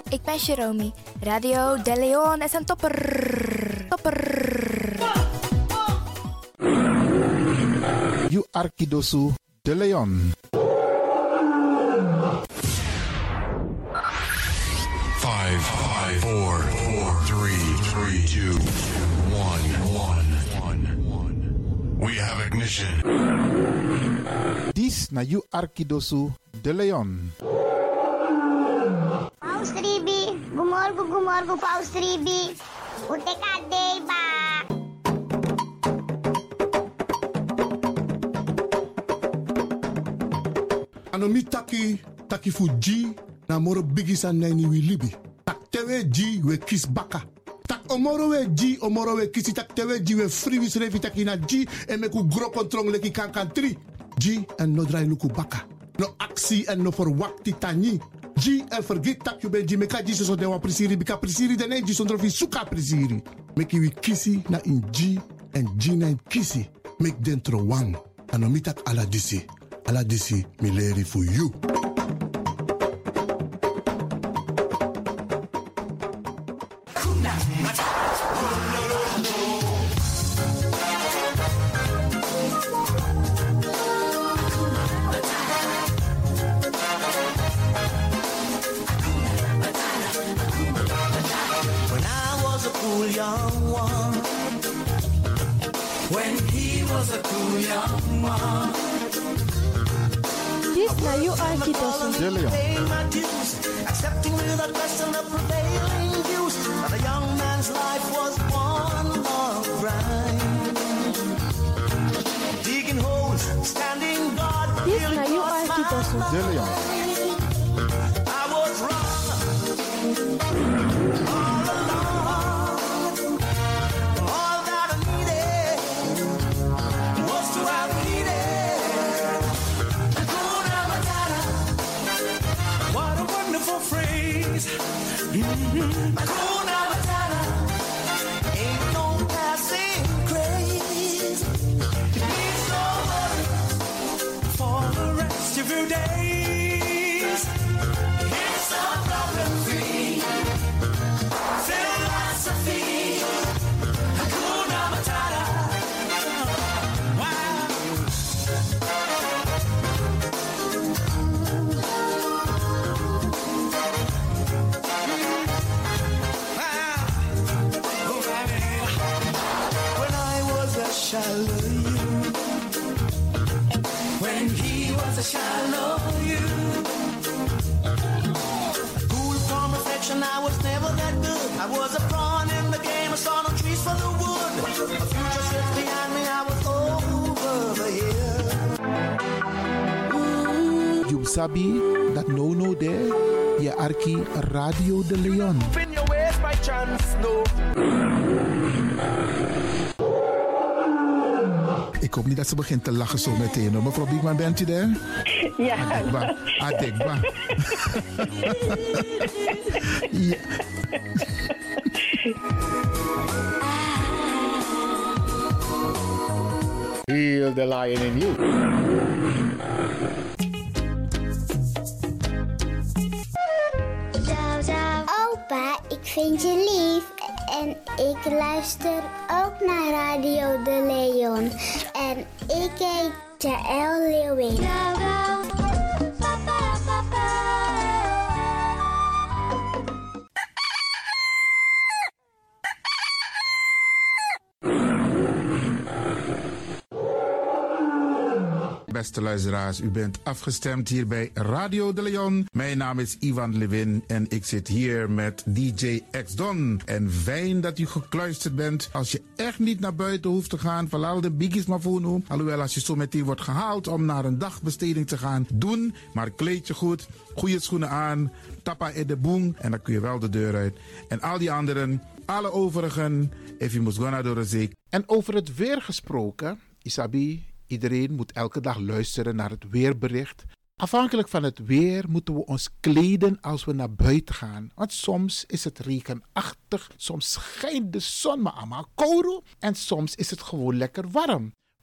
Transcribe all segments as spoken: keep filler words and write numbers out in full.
ik ben Jerome. Radio De Leon is een topper. Topper. You Arkidosu De Leon. Five, five, four, four, three, three, two, one, one, one, one. We have ignition. This na You Arkidosu De Leon. Paus Ribi, gumorgo gumorgo Paus Ribi. Uteka deba. Anomi taki taki fuji na moro bigisa nani wi libi. Tak tewe ji we kis baka. Tak omoro we ji omoro we kisi tak tewe ji we free wis revi taki na ji en meku gro kontrong leki kan kan tri. Ji en no drai luku baka. No aksi en no verwakti tani. Ji en vergeet tak you ben ji meka ji so de wa prisiri bika prisiri de ne ji sondro fi suka prisiri. Meki wi kisi na in ji en ji na in kisi. Mek dentro wang. Anomi tak ala disi. Ala disi mi leri for you. De Leon. Accepting without question the prevailing views that a young man's life was one long grind. Digging holes, standing guard. This na you Arkidosu. De Leon. I was wrong all along. All that I needed was to have needed Hakuna Matata. What a wonderful phrase. Mm-hmm. Hakuna Matata. Ain't no passing craze. It means no worry for the rest of your days. It's a problem-free philosophy. Hakuna Matata. Wow. When I was a shallow you, when he was a shallow you, cool from reflection, I was never that good. I was a pawn in the game, I saw no trees for the wood. A future sits behind me, I was over the hill. You sabi that no no there. Je Arki Radio De Leon. In your ways by chance, no. Ik hoop niet dat ze begint te lachen zo meteen. Hoor. Mevrouw Biekman, bent u daar? Ja. Adekba. Adekba. Ja. Heal the lion in you. Opa, ik vind je lief. En ik luister ook naar Radio De Leon. En ik heet Jaël Leeuwin. Beste luisteraars, u bent afgestemd hier bij Radio De Leon. Mijn naam is Ivan Levin en ik zit hier met D J X-Don. En fijn dat u gekluisterd bent. Als je echt niet naar buiten hoeft te gaan, verlaal de biggies maar voor nu. Alhoewel, als je zo meteen wordt gehaald om naar een dagbesteding te gaan, doen. Maar kleed je goed, goede schoenen aan, tappa in de boom en dan kun je wel de deur uit. En al die anderen, alle overigen, if you must go naar door de zee. En over het weer gesproken, Isabi, iedereen moet elke dag luisteren naar het weerbericht. Afhankelijk van het weer moeten we ons kleden als we naar buiten gaan. Want soms is het regenachtig, soms schijnt de zon maar allemaal kouro en soms is het gewoon lekker warm.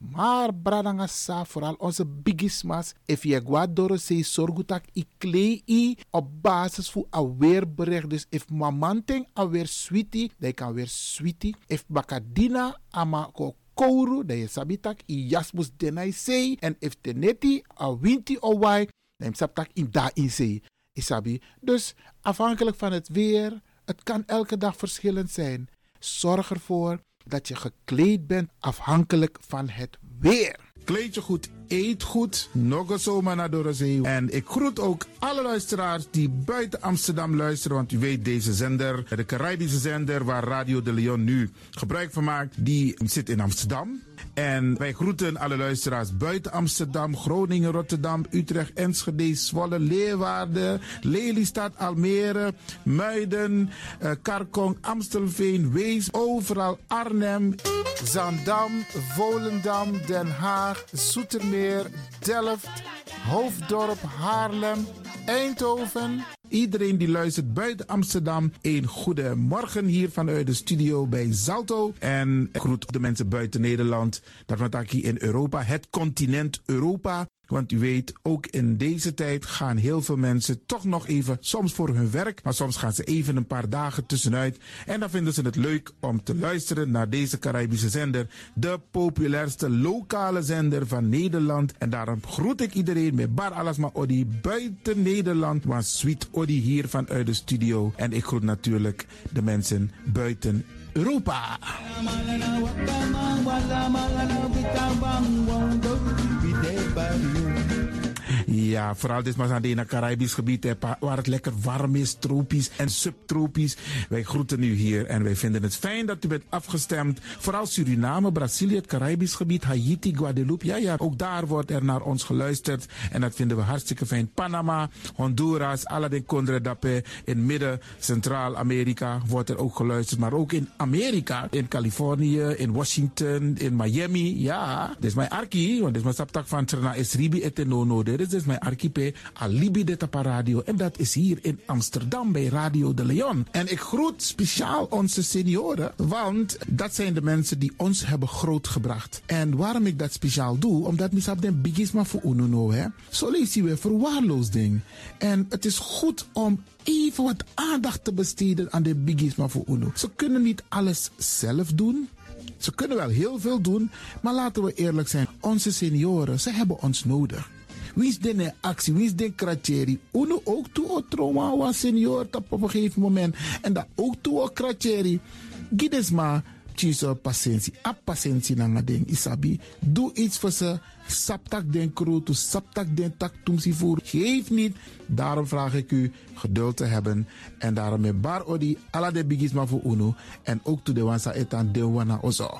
Maar bradangasa, vooral onze bigismas, if je guad door se sorgutak i klei i op basis voor aweerbericht. Dus if mamanting aweer sweetie, dan kan weer sweetie. If bakadina ama ko kouru, dan je sabitak i jasmus denai sei. En if teneti a winti o wai, dan je sabtak in da in sei. Isabi. Dus afhankelijk van het weer, het kan elke dag verschillend zijn. Zorg ervoor dat je gekleed bent afhankelijk van het weer. Kleed je goed, eet goed, nog zomaar naar Dorozee. En ik groet ook alle luisteraars die buiten Amsterdam luisteren. Want u weet, deze zender, de Caribische zender waar Radio de Leon nu gebruik van maakt, die zit in Amsterdam. En wij groeten alle luisteraars buiten Amsterdam, Groningen, Rotterdam, Utrecht, Enschede, Zwolle, Leeuwarden, Lelystad, Almere, Muiden, uh, Karkong, Amstelveen, Wees, overal Arnhem, Zaandam, Volendam, Den Haag, Zoetermeer, Delft, Hoofddorp, Haarlem, Eindhoven. Iedereen die luistert buiten Amsterdam, een goede morgen hier vanuit de studio bij Zalto. En ik groet de mensen buiten Nederland, dat we het hier in Europa, het continent Europa. Want u weet, ook in deze tijd gaan heel veel mensen toch nog even, soms voor hun werk, maar soms gaan ze even een paar dagen tussenuit. En dan vinden ze het leuk om te luisteren naar deze Caribische zender, de populairste lokale zender van Nederland. En daarom groet ik iedereen met Bar Alasma Odi buiten Nederland, maar Sweet Odi hier vanuit de studio. En ik groet natuurlijk de mensen buiten Europa. Ja, vooral dit maar aan het Caribisch gebied, hè, waar het lekker warm is, tropisch en subtropisch. Wij groeten u hier en wij vinden het fijn dat u bent afgestemd. Vooral Suriname, Brazilië, het Caribisch gebied, Haiti, Guadeloupe. Ja, ja, ook daar wordt er naar ons geluisterd en dat vinden we hartstikke fijn. Panama, Honduras, Aladdin Condre Dapé, in midden, Centraal-Amerika wordt er ook geluisterd. Maar ook in Amerika, in Californië, in Washington, in Miami. Ja, dit is mijn arki, want dit is mijn saptak van Trena Esribi et Nono. Dit is mijn archipel Alibi de Tapa Radio. En dat is hier in Amsterdam bij Radio de Leon. En ik groet speciaal onze senioren, want dat zijn de mensen die ons hebben grootgebracht. En waarom ik dat speciaal doe, omdat misap den bigisma voor uno hè. Zo lezen we verwaarloosding. En het is goed om even wat aandacht te besteden aan de bigisma voor uno. Ze kunnen niet alles zelf doen. Ze kunnen wel heel veel doen, maar laten we eerlijk zijn. Onze senioren, ze hebben ons nodig. Wie is de actie, wie is de kratjeri? Uno ook toe o trauma was senior op een gegeven moment. En dat ook toe o kratjeri. Gides maar tjiso patiëntie. A patiëntie na ding isabi. Doe iets voor ze. Saptak den kroto, saptak den tak tumsi voer. Geef niet. Daarom vraag ik u geduld te hebben. En daarom met bar odi ala de bigisma voor uno. En ook toe de wansa etan de wana ozo.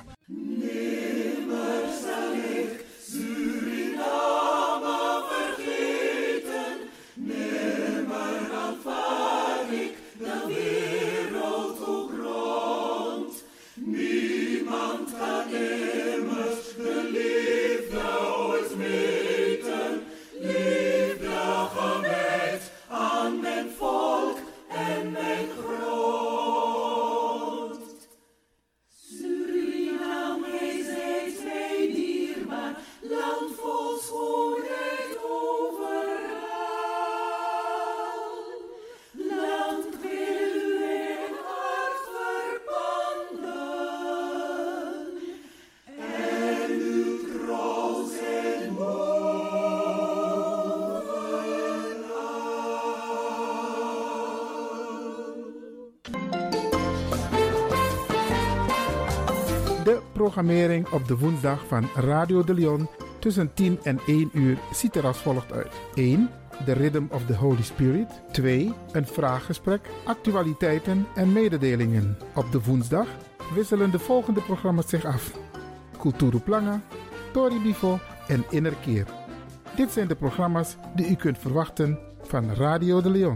Programmering op de woensdag van Radio de Leon tussen tien en één uur ziet er als volgt uit. één. The Rhythm of the Holy Spirit. twee. Een vraaggesprek, actualiteiten en mededelingen. Op de woensdag wisselen de volgende programma's zich af. Kulturu Planga, Tori Bifo en Innerkeer. Dit zijn de programma's die u kunt verwachten van Radio de Leon.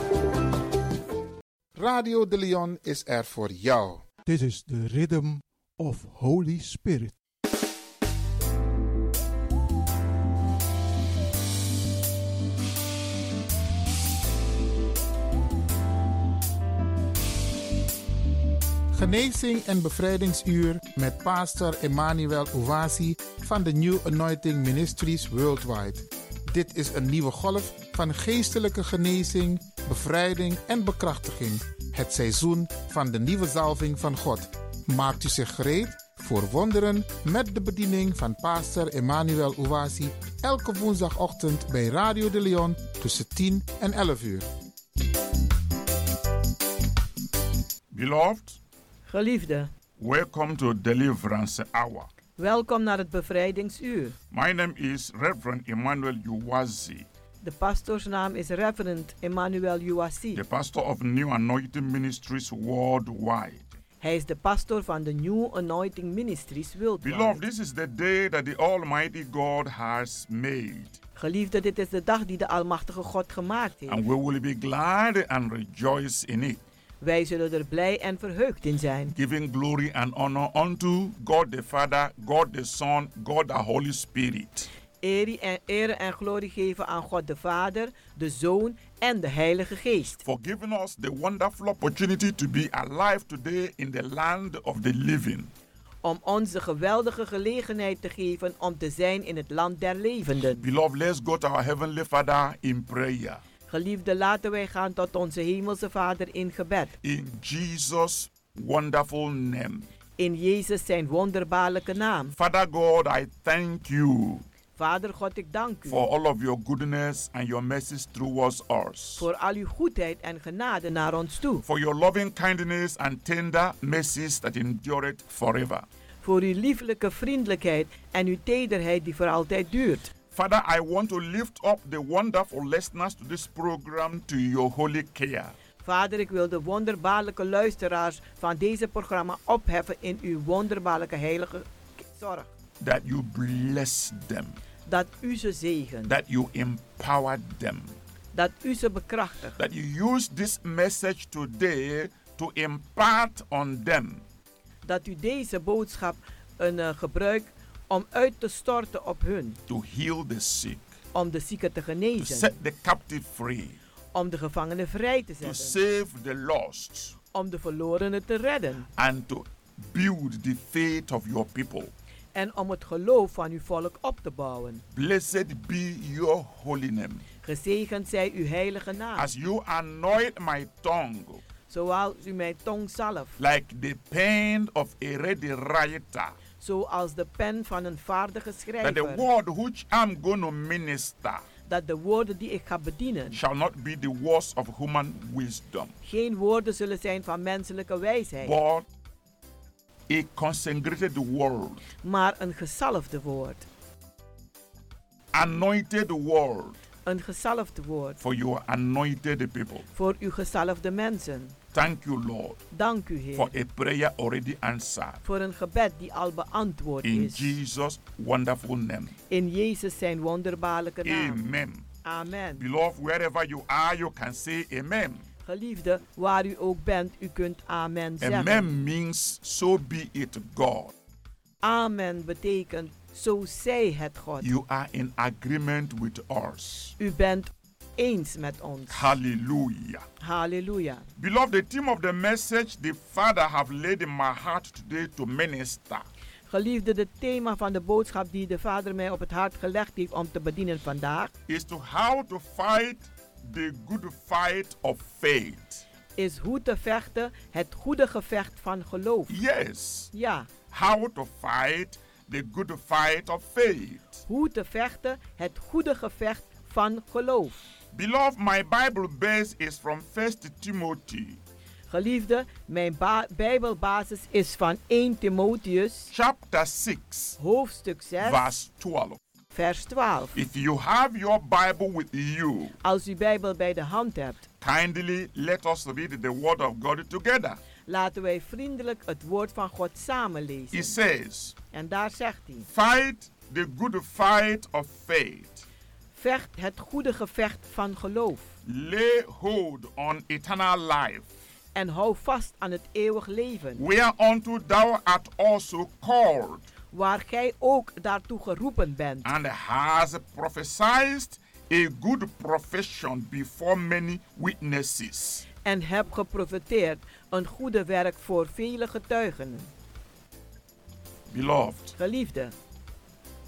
Radio de Leon is er voor jou. Dit is de Rhythm of Holy Spirit. Genezing en bevrijdingsuur met pastor Emmanuel Ouasi van de New Anointing Ministries Worldwide. Dit is een nieuwe golf van geestelijke genezing, bevrijding en bekrachtiging. Het seizoen van de nieuwe zalving van God. Maakt u zich gereed voor wonderen met de bediening van pastor Emmanuel Ouasi elke woensdagochtend bij Radio de Leon tussen tien en elf uur. Beloved, Geliefde, welcome to Deliverance Hour. Welkom naar het bevrijdingsuur. My name is Reverend Emmanuel Ouasi. De pastoorsnaam is Reverend Emmanuel Ouasi. The pastor of New Anointing Ministries Worldwide. Hij is de pastor van de New Anointing Ministries Worldwide. Beloved, this is the day that the Almighty God has made. Geliefde, dit is de dag die de Almachtige God gemaakt heeft. And we will be glad and rejoice in it. Wij zullen er blij en verheugd in zijn. Giving glory and honor unto God the Father, God the Son, God the Holy Spirit. Ere en, ere en glorie geven aan God de Vader, de Zoon en de Heilige Geest. For giving us the wonderful opportunity to be alive today in the land of the living. Om ons de geweldige gelegenheid te geven om te zijn in het land der levenden. Beloved, let's go to our Heavenly Father in prayer. Geliefde, laten wij gaan tot onze Hemelse Vader in gebed. In Jesus' wonderful name. In Jezus zijn wonderbaarlijke naam. Father God, I thank you. Vader God, ik dank u. For all of your goodness and your mercies towards us. Voor al uw goedheid en genade naar ons toe. For your loving kindness and tender mercies that endureth forever. Voor uw lieflijke vriendelijkheid en uw tederheid die voor altijd duurt. Father, I want to lift up the wonderful listeners to this program to your holy care. Vader, ik wil de wonderbaarlijke luisteraars van deze programma opheffen in uw wonderbaarlijke heilige zorg. That you bless them. Dat u ze zegent. That you empower them. Dat u ze bekrachtigt. That you use this message today to impart on them. Dat u deze boodschap een uh, gebruikt om uit te storten op hun. To heal the sick. Om de zieken te genezen. To set the captive free. Om de gevangenen vrij te zetten. To save the lost. Om de verlorenen te redden. And to build the faith of your people. En om het geloof van uw volk op te bouwen. Blessed be your holy name. Gezegend zij uw heilige naam. As you anoint my tongue. Zoals u mijn tong zalft. Like the pen of a ready writer. Zoals de pen van een vaardige schrijver. That the word which I'm going to minister. Dat de woorden die ik ga bedienen. Shall not be the words of human wisdom. Geen woorden zullen zijn van menselijke wijsheid. But a consecrated word. Maar een gezalfde woord. Anointed word. Een gezalfde woord. For your anointed people. Voor uw gezalfde mensen. Thank you, Lord. Dank u, Heer. For a prayer already answered. Voor een gebed die al beantwoord In is. In Jesus' wonderful name. In Jezus zijn wonderbaarlijke naam. Amen. Amen. Beloved, wherever you are, you can say amen. Geliefde, waar u ook bent, u kunt amen zeggen. Amen means so be it God. Amen betekent zo zij het God. You are in agreement with us. U bent eens met ons. Hallelujah. Hallelujah. Beloved, the theme of the message the Father have laid in my heart today to minister. Geliefde, het thema van de boodschap die de Vader mij op het hart gelegd heeft om te bedienen vandaag is to how to fight the good fight of faith. Is hoe te vechten het goede gevecht van geloof. Yes. Ja. How to fight the good fight of faith. Hoe te vechten het goede gevecht van geloof. Beloved, my Bible base is from First Timothy. Geliefde, mijn Bijbelbasis is van Eerste Timotheus. Chapter six. Hoofdstuk zes. Verse twaalf. Vers twaalf. If you have your Bible with you. Als u Bijbel bij de hand hebt. Kindly let us read the word of God together. Laten wij vriendelijk het woord van God samen lezen. He says. En daar zegt hij. Fight the good fight of faith. Vecht het goede gevecht van geloof. Lay hold on eternal life. En hou vast aan het eeuwig leven. Whereunto thou art also called. Waar gij ook daartoe geroepen bent. And has prophesied a good profession before many witnesses. En heb geprofeteerd een goede werk voor vele getuigen. Beloved. Geliefde.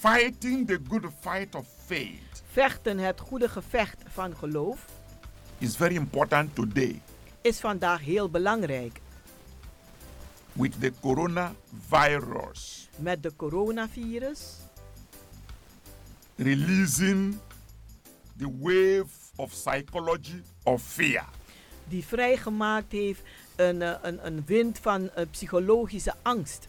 Fighting the good fight of faith Vechten het goede gevecht van geloof is very important today is vandaag heel belangrijk. with the coronavirus Met de coronavirus releasing the wave of psychology of fear. die vrijgemaakt heeft een, eh, een, een wind van uh, psychologische angst.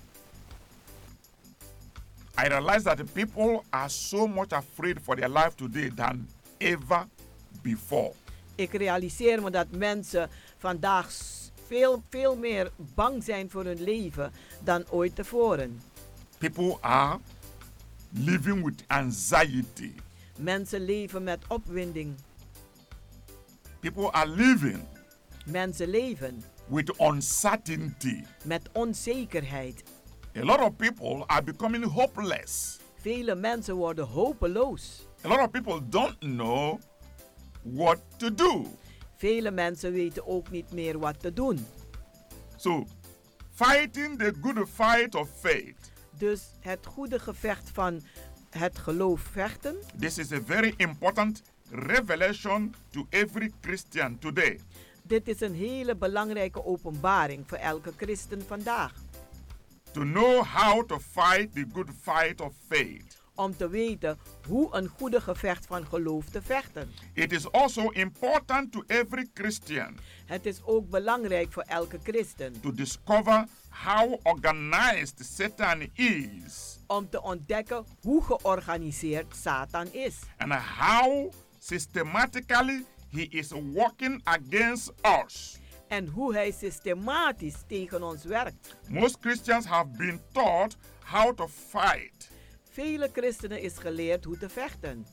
I realize that the people are so much afraid for their life today than ever before. Ik realiseer me dat mensen vandaag s- veel, veel meer bang zijn voor hun leven dan ooit tevoren. People are living with anxiety. Mensen leven met opwinding. People are living Mensen leven with uncertainty. met onzekerheid. A lot of people are becoming hopeless. Vele mensen worden hopeloos. A lot of people don't know what to do. Vele mensen weten ook niet meer wat te doen. So, fighting the good fight of faith. Dus het goede gevecht van het geloof vechten. This is a very important revelation to every Christian today. Dit is een hele belangrijke openbaring voor elke christen vandaag. To know how to fight the good fight of faith. Om te weten hoe een goede gevecht van geloof te vechten. It is also important to every Christian Het is ook belangrijk voor elke christen to discover how organized Satan is om te ontdekken hoe georganiseerd Satan is. and how systematically he is working against us. En hoe hij systematisch tegen ons werkt. Most Christians have been taught how to fight. Vele christenen is geleerd hoe te vechten.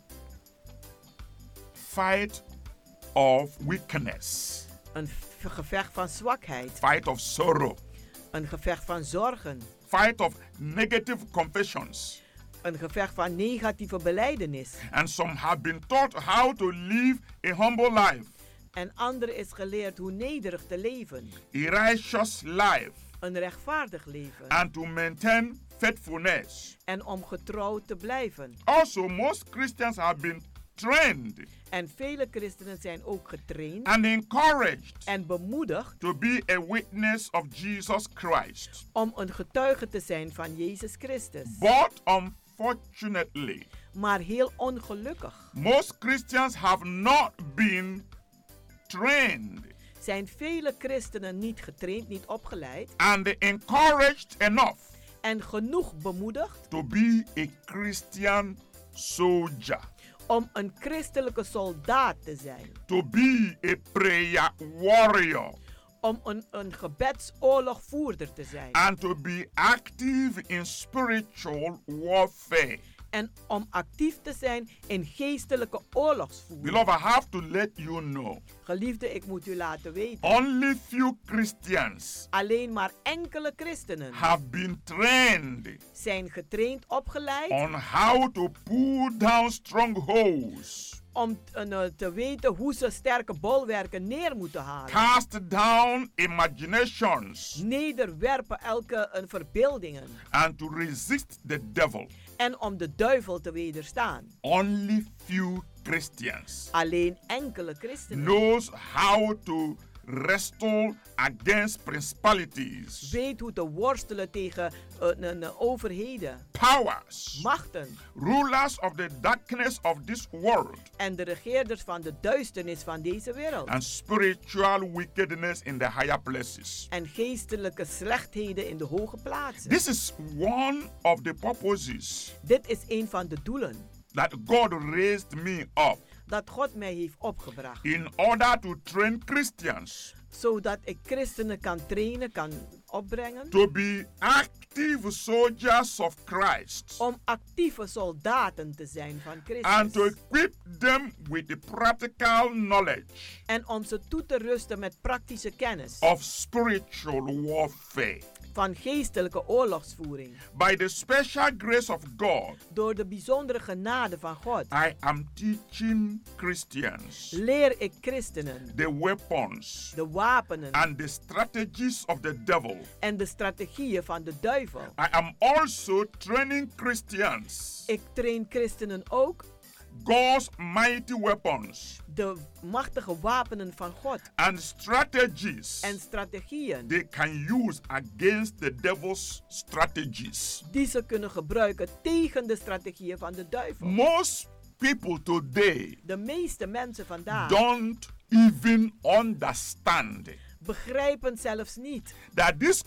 Fight of weakness. Een v- gevecht van zwakheid. Fight of sorrow. Een gevecht van zorgen. Fight of negative confessions. Een gevecht van negatieve belijdenis. And some have been taught how to live a humble life. En anderen is geleerd hoe nederig te leven. A righteous life. Een rechtvaardig leven. And to maintain faithfulness. En om getrouw te blijven. Also, most Christians have been trained En vele christenen zijn ook getraind and encouraged en bemoedigd to be a witness of Jesus Christ. om een getuige te zijn van Jezus Christus. But unfortunately, Maar heel ongelukkig most Christians have not been trained zijn vele christenen niet getraind, niet opgeleid and encouraged enough en genoeg bemoedigd to be a Christian soldier, om een christelijke soldaat te zijn. to be a prayer warrior, Om een, een gebedsoorlogvoerder te zijn. and to be active in spiritual warfare. En om actief te zijn in geestelijke oorlogsvoering. Beloved, I have to let you know, Geliefde, ik moet u laten weten. only few Christians Alleen maar enkele christenen have been trained zijn getraind, opgeleid on how to pull down strongholds, om uh, te weten hoe ze sterke bolwerken neer moeten halen. cast down imaginations, Nederwerpen elke uh, verbeeldingen. and to resist the devil. En om de duivel te wederstaan. Only few Christians Alleen enkele christenen knows how to wrestle against principalities, weet hoe te worstelen tegen uh, uh, uh, overheden, powers, machten rulers of the darkness of this world, en de regeerders van de duisternis van deze wereld. and spiritual wickedness in the higher places. En geestelijke slechtheden in de hoge plaatsen. This is one of the purposes Dit is een van de doelen that God raised me up dat God mij heeft opgebracht. in order to train Christians Zodat ik christenen kan trainen, kan opbrengen. to be active soldiers of Christ Om actieve soldaten te zijn van and to Christus. equip them with the practical knowledge En om ze toe te rusten met praktische kennis of spiritual warfare. van geestelijke oorlogsvoering. By the special grace of God, Door de bijzondere genade van God I am teaching Christians leer ik christenen the weapons de wapenen and the strategies of the devil. en de strategieën van de duivel. I am also training Christians Ik train christenen ook God's mighty weapons de machtige wapenen van God and strategies en strategieën they can use against the devil's strategies. die ze kunnen gebruiken tegen de strategieën van de duivel. Most people today De meeste mensen vandaag don't even understand begrijpen zelfs niet that this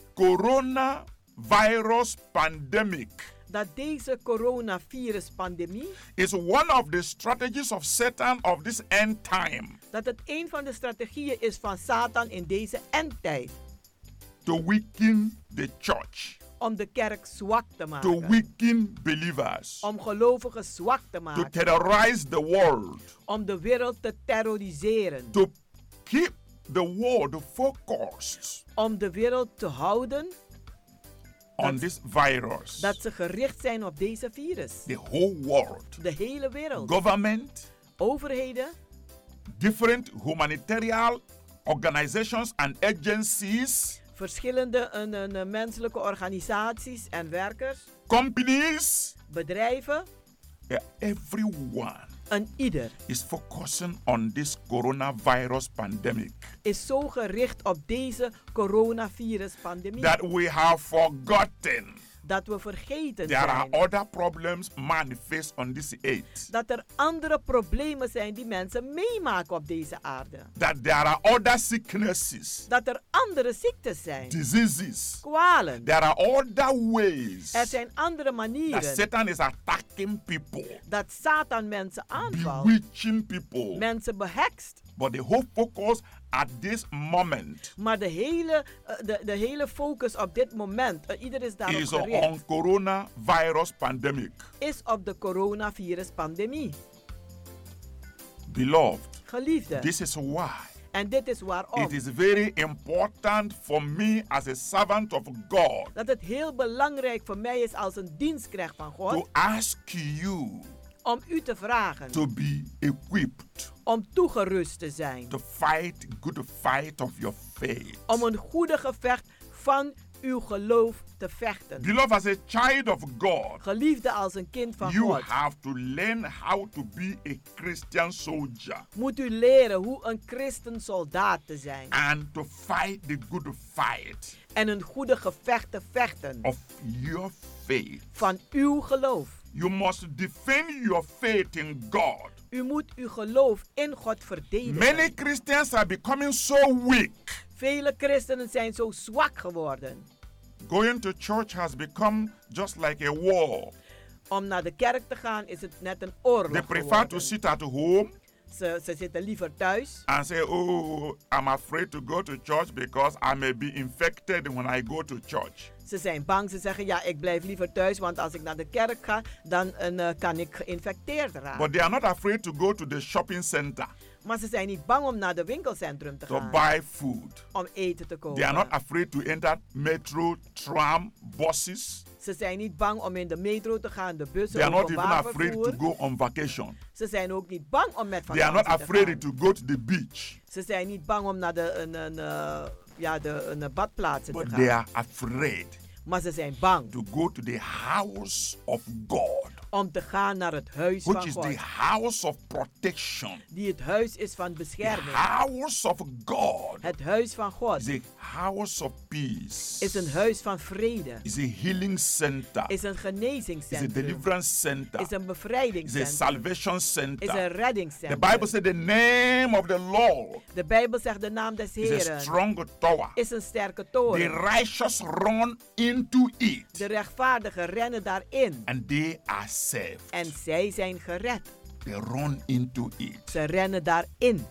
coronavirus pandemic dat deze coronavirus-pandemie, is one of the strategies of Satan of this end time dat het een van de strategieën is van Satan in deze endtijd. to weaken the church, Om de kerk zwak te to maken. weaken believers, Om gelovigen zwak te to maken. terrorize the world, Om de wereld te terroriseren. to keep the world focused Om de wereld te houden on this virus. dat ze gericht zijn op deze virus. The whole world, De hele wereld. government, Overheden, different humanitarian organizations and agencies, verschillende uh, uh, menselijke organisaties en werkers, companies, bedrijven, yeah, everyone en ieder is focusing on this coronavirus pandemic is zo gericht op deze coronavirus-pandemie that we have forgotten dat we vergeten there are zijn other problems manifest on this earth, dat er andere problemen zijn die mensen meemaken op deze aarde. that there are other sicknesses, Dat er andere ziektes zijn, diseases, kwalen. there are other ways Er zijn andere that manieren Satan is attacking people, dat Satan mensen aanvalt, bewitching people. mensen behekst. But the whole focus at this moment Maar de hele, uh, de, de hele focus op dit moment, uh, ieder is daarop is gericht, on coronavirus pandemic. is op de coronavirus-pandemie. Beloved, Geliefde, this is why en dit is waarom. it is very important for me as a servant of God Dat het heel belangrijk voor mij is als een dienstknecht van God to ask you om u te vragen to be equipped om toegerust te zijn. to fight good fight of your faith. Om een goede gevecht van uw geloof te vechten. Beloved, as a child of God, Geliefde als een kind van you God, have to learn how to be a Christian soldier moet u leren hoe een christen soldaat te zijn. and to fight the good fight En een goede gevecht te vechten of your faith. van uw geloof. You must defend your faith in God. U moet uw geloof in God verdedigen. Many Christians are becoming so weak. Vele christenen zijn zo zwak geworden. Going to church has become just like a war. Om naar de kerk te gaan is het net een oorlog They prefer geworden. to sit at home Ze, ze zitten liever thuis. and say, oh, I'm afraid to go to church because I may be infected when I go to church. Ze zijn bang. Ze zeggen, ja, ik blijf liever thuis, want als ik naar de kerk ga, dan uh, kan ik geïnfecteerd raken. But they are not afraid to go to the shopping center Maar ze zijn niet bang om naar de winkelcentrum te to gaan. buy food. Om eten te kopen. They are not afraid to enter metro, tram, buses. Ze zijn niet bang om in de metro te gaan, de bussen, They are not even openbaar afraid to vervoer. go on vacation. Ze zijn ook niet bang om met They are not vakantie te gaan. afraid to go to the beach. Ze zijn niet bang om naar de, een, een, uh, ja, de een, badplaatsen te But gaan. they are afraid Maar ze zijn bang to go to the house of God, om te gaan naar het huis which van is God. the house of protection. Die het huis is van The bescherming. house of God Het huis van God is a house of peace. is een huis van vrede. Is a healing center. Is een Is a genezingscentrum. deliverance center. Is een Is a bevrijdingscentrum. salvation Is center. een The reddingscentrum. Bible said the name of the Lord De Bijbel zegt de naam des is a Heren strong tower. is een sterke The toren. righteous run into it De rechtvaardigen rennen daarin. and they are saved. En zij zijn gered. They run into it. Ze rennen daarin.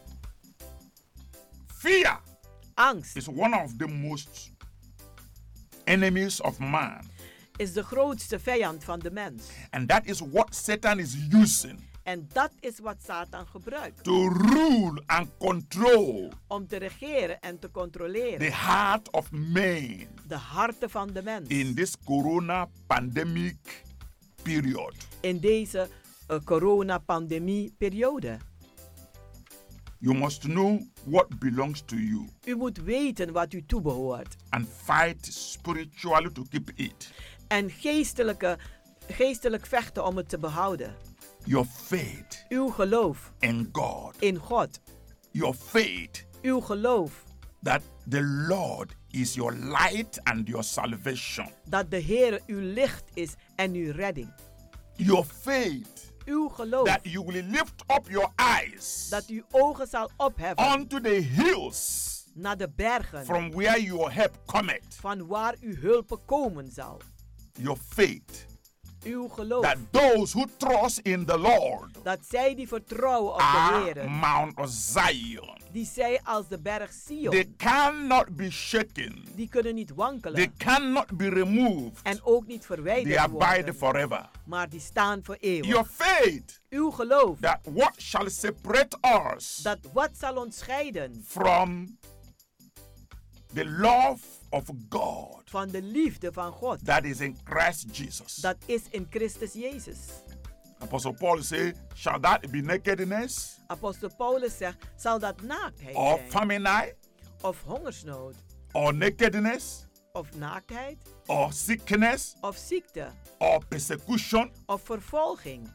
Fear Angst is one of the most enemies of man. is de grootste vijand van de mens. And that is what Satan is using En dat is wat Satan gebruikt. To rule and control Om te regeren en te controleren. the heart of man De harten van de mens. in this corona pandemic period. In deze uh, corona-pandemie-periode. You must know what belongs to you U moet weten wat u toebehoort. and fight spiritually to keep it. En geestelijke, geestelijk vechten om het te behouden. Your faith Uw geloof in God. in God. Your faith Uw geloof that the Lord is your light and your salvation. dat de Heer uw licht is en uw redding. Your faith Uw geloof that you will lift up your eyes dat u ogen zal opheffen unto the hills naar de bergen from where your help cometh. van waar uw hulp komen zal. Your faith Uw geloof that those who trust in the Lord dat zij die vertrouwen op de are Heer, Mount Zion. die zij als de berg Sion, They cannot be shaken. die kunnen niet wankelen They cannot be removed. en ook niet They verwijderd abide worden, forever. maar die staan voor eeuwig. Your faith Uw geloof that what shall separate us dat wat zal ons scheiden from the love of God van de liefde van God, that is in Christ Jesus. dat is in Christus Jezus. Apostle Paul says, shall that be nakedness Apostel Paulus zegt, zal dat naaktheid or zijn, famine of hongersnood, or nakedness of naaktheid, or sickness of ziekte, or persecution? of vervolging?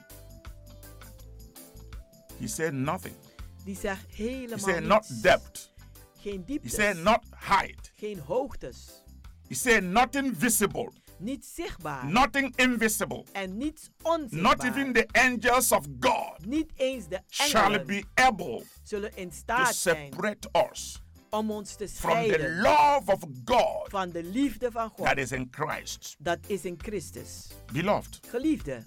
He said nothing. Die zegt He helemaal said niets. not depth. Geen He dieptes, said not height. geen hoogtes, He said nothing visible, niet zichtbaar nothing invisible. en niets Not onzichtbaar. even the angels of God Niet eens de shall engelen be able zullen in to staat zijn separate us om ons te from the scheiden love of God van de liefde van God. that is in Christ. Dat is in Christus. Beloved, Geliefde,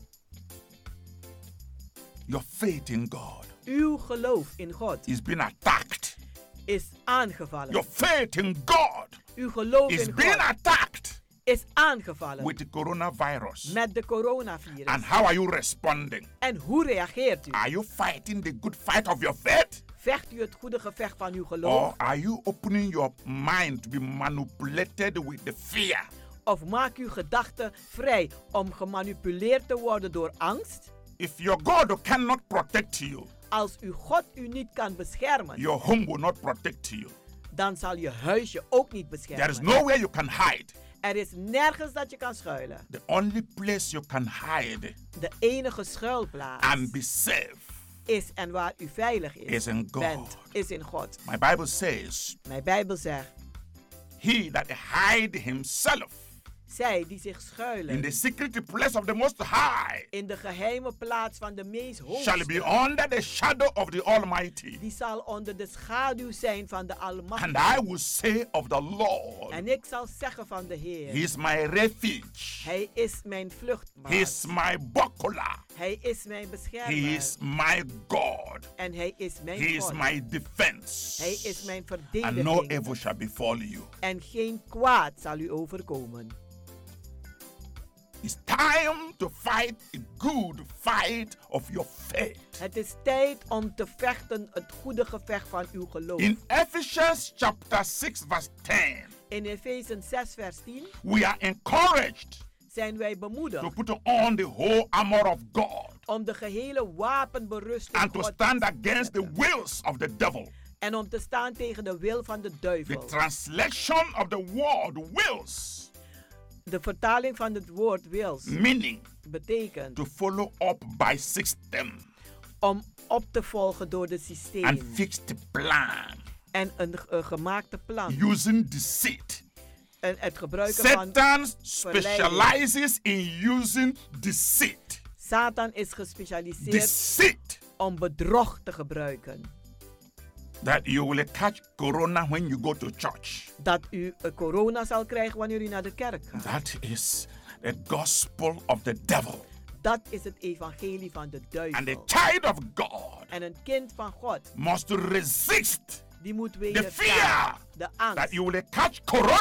your faith in God uw geloof in God is being attacked. is aangevallen. Your faith in God Uw geloof is in being God attacked is aangevallen with the coronavirus. met de coronavirus. And how are you responding? En hoe reageert u? Are you fighting the good fight of your faith? Vecht u het goede gevecht van uw geloof? Or are you opening your mind to be manipulated with the fear? Of maak uw gedachten vrij om gemanipuleerd te worden door angst? If your God cannot protect you, Als uw God u niet kan beschermen, your home will not protect you. dan zal je huisje ook niet There is beschermen. nowhere you can hide. Er is nergens dat je kan schuilen. The only place you can hide De enige schuilplaats and be safe is en waar u veilig is, is in God. bent, is in God. My Bible says, Mijn Bijbel zegt, he that hide himself zij die zich in schuilen the secret place of the Most High in de geheime plaats van de meest shall be hoogste, under the shadow of the Almighty. die zal onder de schaduw zijn van de And Almachtige. I will say of the Lord, En ik zal zeggen van de he Heer, is my refuge, Hij is mijn he vluchtplaats. is my buckler, Hij is mijn he beschermer. is my God, En hij is mijn he is God. my defense. Hij is mijn And no verdediging. evil shall befall you. En geen kwaad zal u overkomen. It's time to fight a good fight of your faith. Het is tijd om te vechten het goede gevecht van uw geloof. In Ephesians chapter six verse ten, In Efezen zes vers tien we are encouraged zijn wij to bemoedigd put on the whole armor of God om de gehele wapenberusting and to God stand te against the zetten. wills of the devil. En om te staan tegen de wil van de The duivel. translation of the word wills, De vertaling van het woord wils meaning betekent to follow up by system om op te volgen door de and systeem fixed plan, en een, een gemaakte plan. using deceit. En het gebruiken van Satan verleiding. specializes in using deceit. Satan is gespecialiseerd Deceit. om bedrog te gebruiken. That you will catch corona when you go to church. Dat u uh, corona zal krijgen wanneer u naar de kerk gaat. That is the gospel of the devil. Dat is het evangelie van de And the duivel. child of God En een kind van God, must resist die moet the wederstaan fear de that angst you will catch corona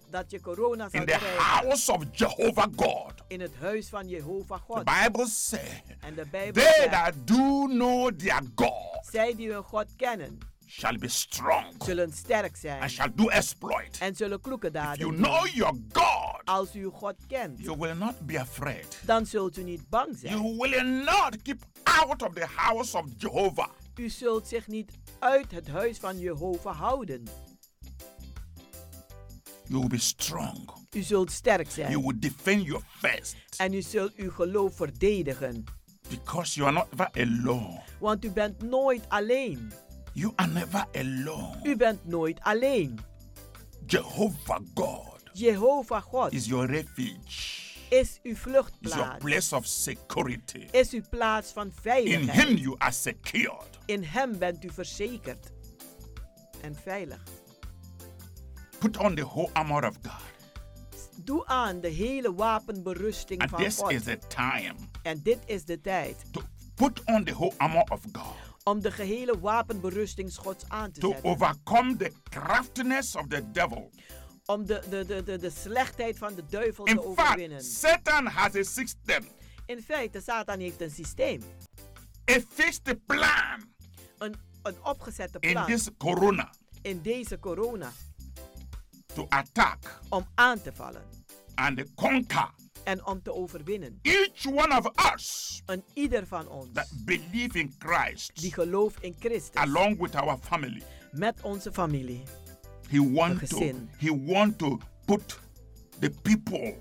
Dat je corona zal in the krijgen. house of Jehovah God. In het huis van Jehovah God. The Bible says, En de Bijbel they zegt, that do know their God zij die hun God kennen, shall be strong zullen sterk zijn. and shall do exploit. En zullen kloeke daden You doen. know your God. Als u uw God kent, You will not be afraid. dan zult u niet bang zijn. You will not keep out of the house of Jehovah. U zult zich niet uit het huis van Jehovah houden. You will be strong. U zult sterk You zijn. will defend your faith En u zult uw geloof verdedigen. because you are not ever alone. Want u bent nooit alleen. You are never alone. U bent nooit alleen. Jehovah God Jehovah God is your refuge. is uw Is your vluchtplaats. place of security. Is uw plaats van In veiligheid. him you are secured. In hem bent u verzekerd. En veilig. Put on the whole armor of God. Doe aan de hele wapenberusting And van this God. is the time En dit is de tijd to put on the whole armor of God. om de gehele wapenberusting Gods aan te To zetten. overcome the craftiness of the devil. Om de, de, de, de, de slechtheid van de duivel In te fact, overwinnen. Satan has a system, In feite, Satan heeft een systeem. a fixed plan Een, een opgezette in plan. this corona In deze corona. to attack Om aan te vallen. and conquer En om te overwinnen. each one of us En ieder van ons. that believe in Christ Die gelooft in Christus. along with our family. Met onze familie. He want Een to gezin. he want to put the people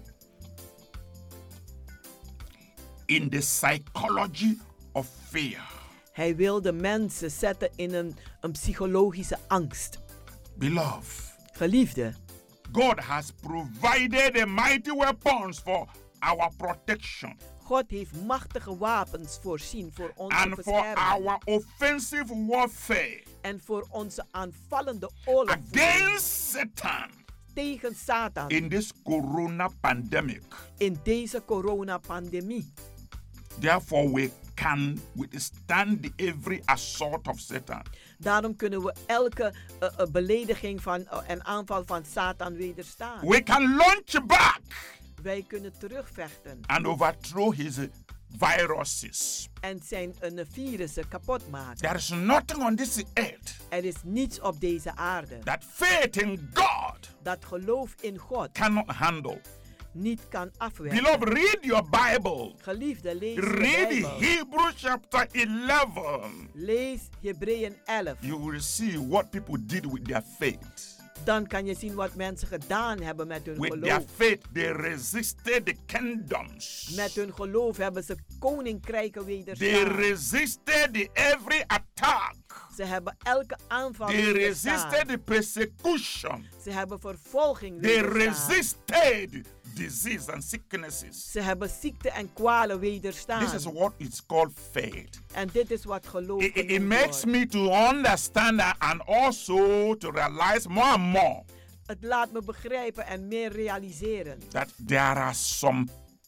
in the psychology of fear. Hij wil de mensen zetten in een, een psychologische angst. Beloved, Geliefde, God has provided the mighty weapons for our protection God heeft machtige wapens voorzien voor onze and for bescherming. our offensive warfare En voor onze aanvallende oorlogvoering against Satan tegen Satan in this corona pandemic. in deze coronapandemie. Therefore, we can withstand every assault of Satan. Daarom kunnen we elke uh, uh, belediging van, uh, en aanval van Satan wederstaan. We can launch back Wij kunnen terugvechten and overthrow his viruses. en zijn uh, virussen kapot maken. There is nothing on this earth Er is niets op deze aarde that faith in God dat geloof in God cannot handle. niet kan afwerken. Beloved, read your Bible. Geliefde, lees de Read Bijbel. Hebrews chapter eleven. Lees Hebreeën elf. You will see what people did with their faith. Dan kan je zien wat mensen gedaan hebben met hun With their geloof. faith, they resisted the kingdoms. Met hun geloof hebben ze koninkrijken They wederstaan. resisted the every attack. Ze hebben elke aanval They wederstaan. resisted the persecution. Ze hebben vervolging They wederstaan. resisted disease and sicknesses. Ze hebben ziekte en kwalen wederstaan. This is what is called faith. En dit is wat geloof It, it, it genoemd makes wordt. me to understand that and also to realize more and more Het laat me begrijpen en meer realiseren. that there are some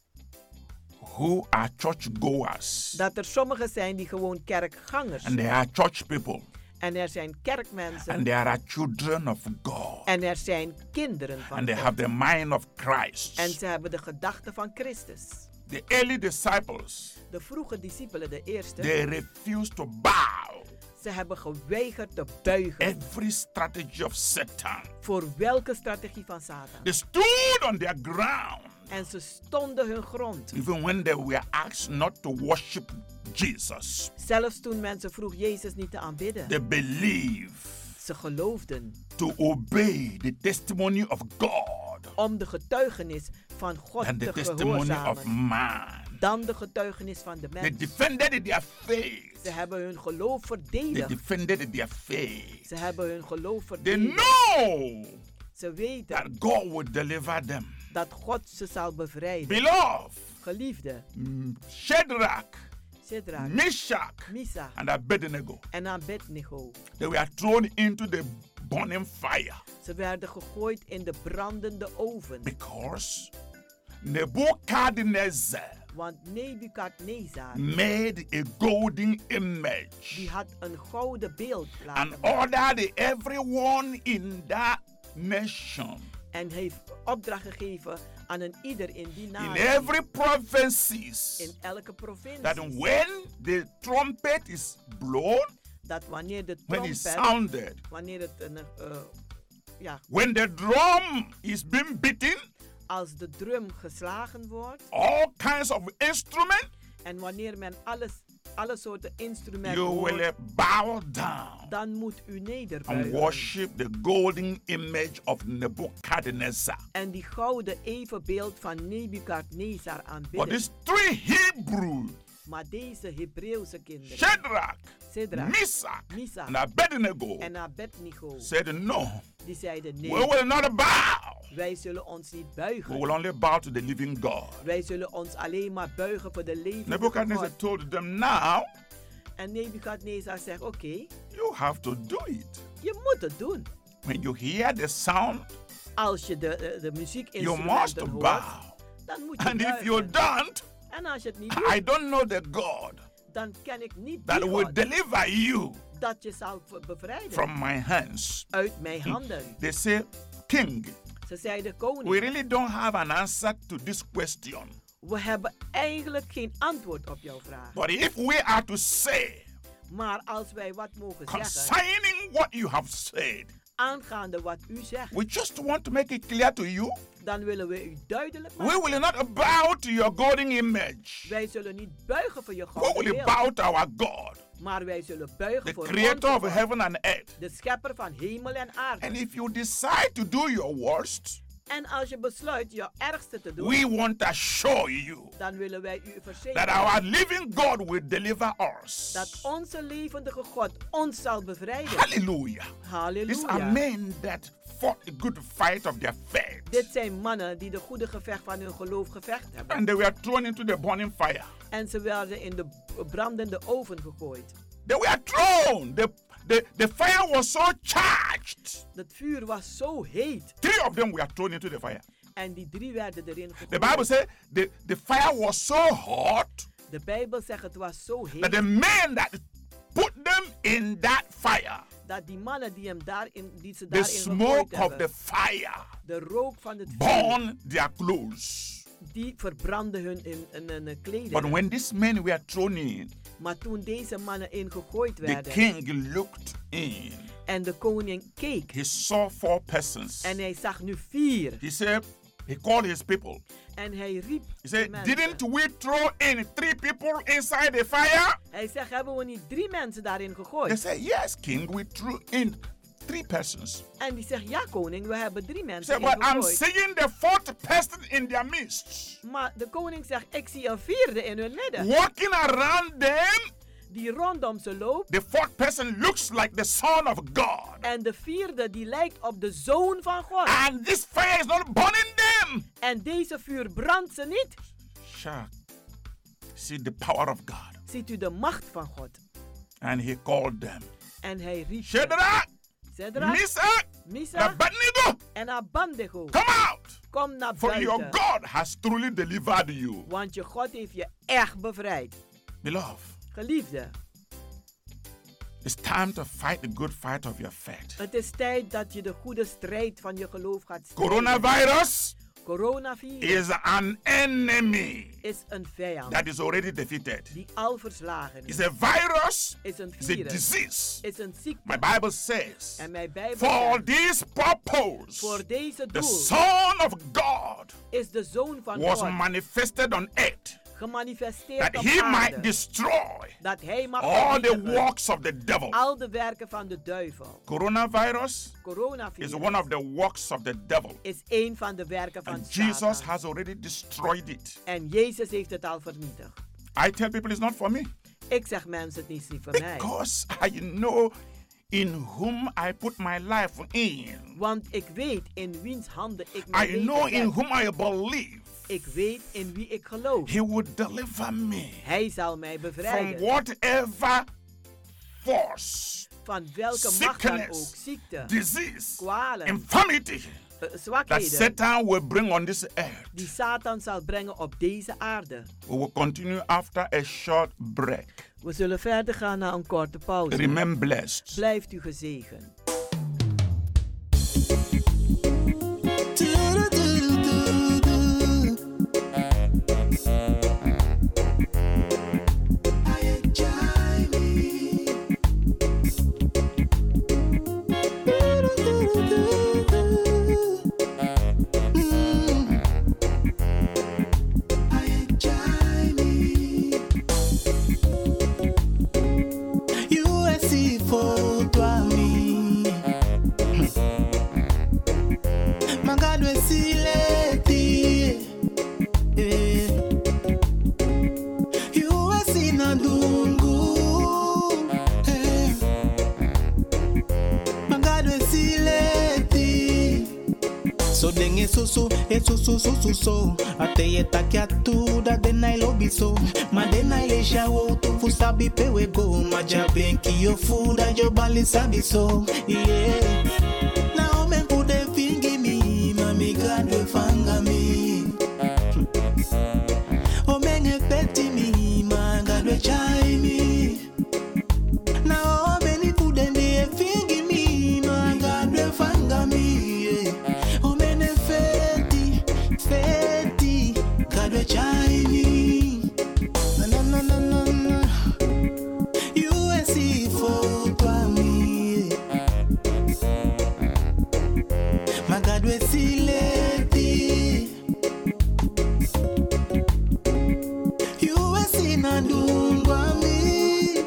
who are churchgoers Dat er sommigen zijn die gewoon kerkgangers. and there are church people En er zijn kerkmensen. and there are children of God En er zijn kinderen van and they God. have the mind of Christ. En ze hebben de gedachten van Christus. The early disciples, De vroege discipelen, de eerste, they refused to bow ze hebben geweigerd te buigen every strategy of Satan. voor welke strategie van Satan. They stood on their ground En ze stonden hun grond. even when they were asked not to worship Jesus. Zelfs toen mensen vroeg Jezus niet te aanbidden. They believed Ze geloofden to obey the testimony of God om de getuigenis van God and the te testimony of gehoorzamen. man. Dan de getuigenis van de They mens. defended their faith. Ze hebben hun geloof They verdedigd. defended their faith. Ze hebben hun geloof They verdedigd. know Ze that weten God will deliver them. dat God ze zal bevrijden. Beloved, Geliefde, mm, Shadrach, Shadrach, Meshach, Misa and Abednego, en Abednego. they were thrown into the burning fire Ze werden gegooid in de brandende oven. because Nebuchadnezzar Want Nebukadnezar, made a golden image die had een gouden beeld and laten maken. ordered everyone in that nation En hij heeft opdracht gegeven aan een ieder in die in natie. every provinces, In elke provincie. that when the trumpet is blown, Dat wanneer de when it trompet, sounded, wanneer het een, uh, ja, when the drum is being beaten, als de drum geslagen wordt all kinds of instruments, en wanneer men alles, alle soorten instrumenten you hoort, will bow down dan moet u and nederbuigen. worship the golden image of Nebuchadnezzar. En die gouden evenbeeld van Nebukadnezar But aanbidden. these three Hebrews, Maar deze Hebreeuwse kinderen, Shadrach, Shadrach, Meshach, Meshach and Abednego, en Abednego, said, no, die zeiden nee, we will not bow. wij zullen ons niet We buigen. will only bow to the living God. Wij zullen ons alleen maar buigen voor de levende Nebuchadnezzar God. told them, now, En Nebukadnezar zegt, oké, okay, you have to do it. je moet het doen. When you hear the sound, Als je de, de, de you must muziekinstrumenten hoort, bow. dan moet je And if buigen. you don't, En als je het niet doet, I don't know the God dan ken ik niet that die will God deliver you dat je zal be- bevrijden from my hands. uit mijn handen. They say, King, Ze zeiden, koning, we really don't have an answer to this question. we hebben eigenlijk geen antwoord op jouw vraag. But if we are to say Maar als wij wat mogen zeggen concerning what you have said, aangaande wat u zegt, we just want to make it clear to you. dan willen we u duidelijk We maken. will not bow to your golden image. Wij zullen niet buigen voor je We gouden will beeld, bow to our God, maar wij zullen buigen the voor creator onze of God, heaven and earth. de schepper van hemel en aarde. And if you decide to do your worst, En als je besluit je ergste te doen, we want to show you dan willen wij u that verzekeren our living God will deliver us. dat onze levendige God ons zal bevrijden. Hallelujah. These are Halleluja. men that fought a good fight of their faith. Dit zijn mannen die de goede gevecht van hun geloof gevecht hebben. And they were thrown into the burning fire. En ze werden in de brandende oven gegooid. They were thrown. The, the, the fire was so charged. Het vuur was zo heet. Three of them were thrown into the fire. En die drie werden erin The gegooid. Bible says the, the fire was so hot De Bijbel zegt het was zo that heet the men that put them in that fire, dat die mannen die hem daarin, die ze the daarin gegooid smoke of hebben, the fire de rook van het vuur, burned their clothes. die verbrandde hun in, in, in, in kleding. But when these men were thrown in, Maar toen deze mannen ingegooid the werden king looked in. en de koning keek He saw four persons. en hij zag nu vier. He said, he called his people. En hij riep He de said, mensen. didn't we throw in three people inside the fire? Hij zegt, hebben we niet drie mensen daarin They gegooid? said, yes, king, we threw in three persons. En die zegt, ja koning, we hebben drie He mensen said, but I'm ingegooid. seeing the fourth person in their midst, Maar de koning zegt, ik zie een vierde in hun midden. walking around them. Die rondom ze loopt. The fourth person looks like the son of God. En de vierde die lijkt op de zoon van God. And this fire is not burning them. En deze vuur brandt ze niet. Shark. See the power of God. Ziet u de macht van God. And he called them. En hij riep ze. Shadrach, Shadrach, Meshach, Meshach Abednego, en Abednego. come out. Kom naar For your buiten. God has truly delivered you. Want je God heeft je echt bevrijd. Beloved, Geliefde, it's time to fight the good fight of your faith. het is tijd dat je de goede strijd van je geloof gaat strijden. Coronavirus Coronavirus is an enemy is een vijand that is already defeated. die al verslagen is. It's a virus, Is een it's a virus. disease. Is een ziekte. My Bible says, En mijn Bijbel for zegt, this purpose, voor deze the doel Son of God is de Zoon van was God manifested on earth, gemanifesteerd that op he aarde. might destroy Dat hij mag all the vernietigen works of the devil. al de werken van de duivel. Coronavirus Coronavirus is one of the works of the devil. is een van de werken van And Jesus Satan. has already destroyed it. En Jezus heeft het al vernietigd. I tell people it's not for me. Ik zeg mensen, het is niet voor mij. Because I know in whom I put my life in. Want ik weet in wiens handen ik mijn I leven know in zet. whom I believe. Ik weet in wie ik geloof. He will deliver me Hij zal mij from bevrijden. whatever force, Van welke macht dan ook. sickness, Ziekte, disease, kwalen, infirmity eh, that zwakheden. Satan will bring on this earth. Die Satan zal brengen op deze aarde. We will continue after a short break. We zullen verder gaan naar een korte pauze. Remain blessed. Blijft u gezegend. To So denge so so, e so so so so so. Ate ye takia tu da de nai lobi so. Ma de nai le shawo tu fu sabi pe we go. Ma jabenki yo fu da jo bali sabi so. Yeah. Now men pu de fingi mi, mami God we fanga mi. O men e peti mi, ma God we chai mi. Now many pu de e fingi mi, ma God we fanga mi. O men e feti, feti, God we chai mi. Na na na na na na. You e si for toi mi. Ma God we si leti. You e si na dungwa mi.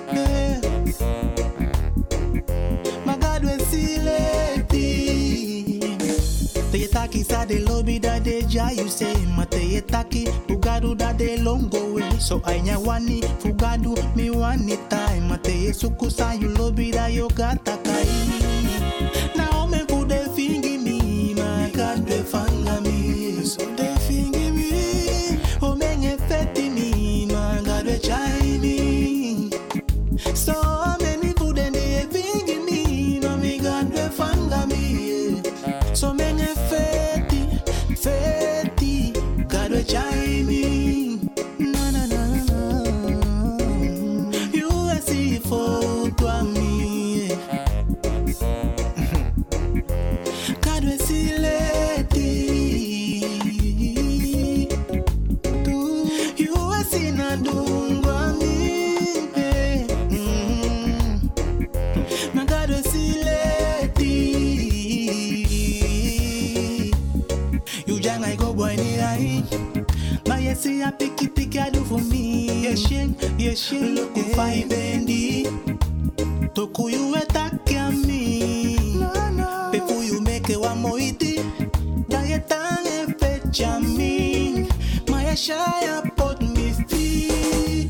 Ma God we si leti. Te ye taki sa de lobby da de ja you say. Ma te ye taki fugadu da de longo way. So ainya wani fugadu mi wani time. Ma te ye suku sa you lobby da yo gata kai. Now me fu de fingi mi. Ma God we fanga mi. So de fingi mi. O me nge feti mi. Ma God we chai mi. So many fu de de fingi mi. Ma mi God we fanga mi. So me nge feti, feti. God we chai mi. Na na na na. You a si for toi mi. God we si leti. Tu you a si na dungwa mi. Mm. My God we si leti. You jang I go boy ni ai. Ma yesi a piki piki a do for me. Yeshin, yeshin. Look who find bendi. Toku you attack me. Before you make it one more iti. Dayetang e fecha me. Ma yeshaya pot me free.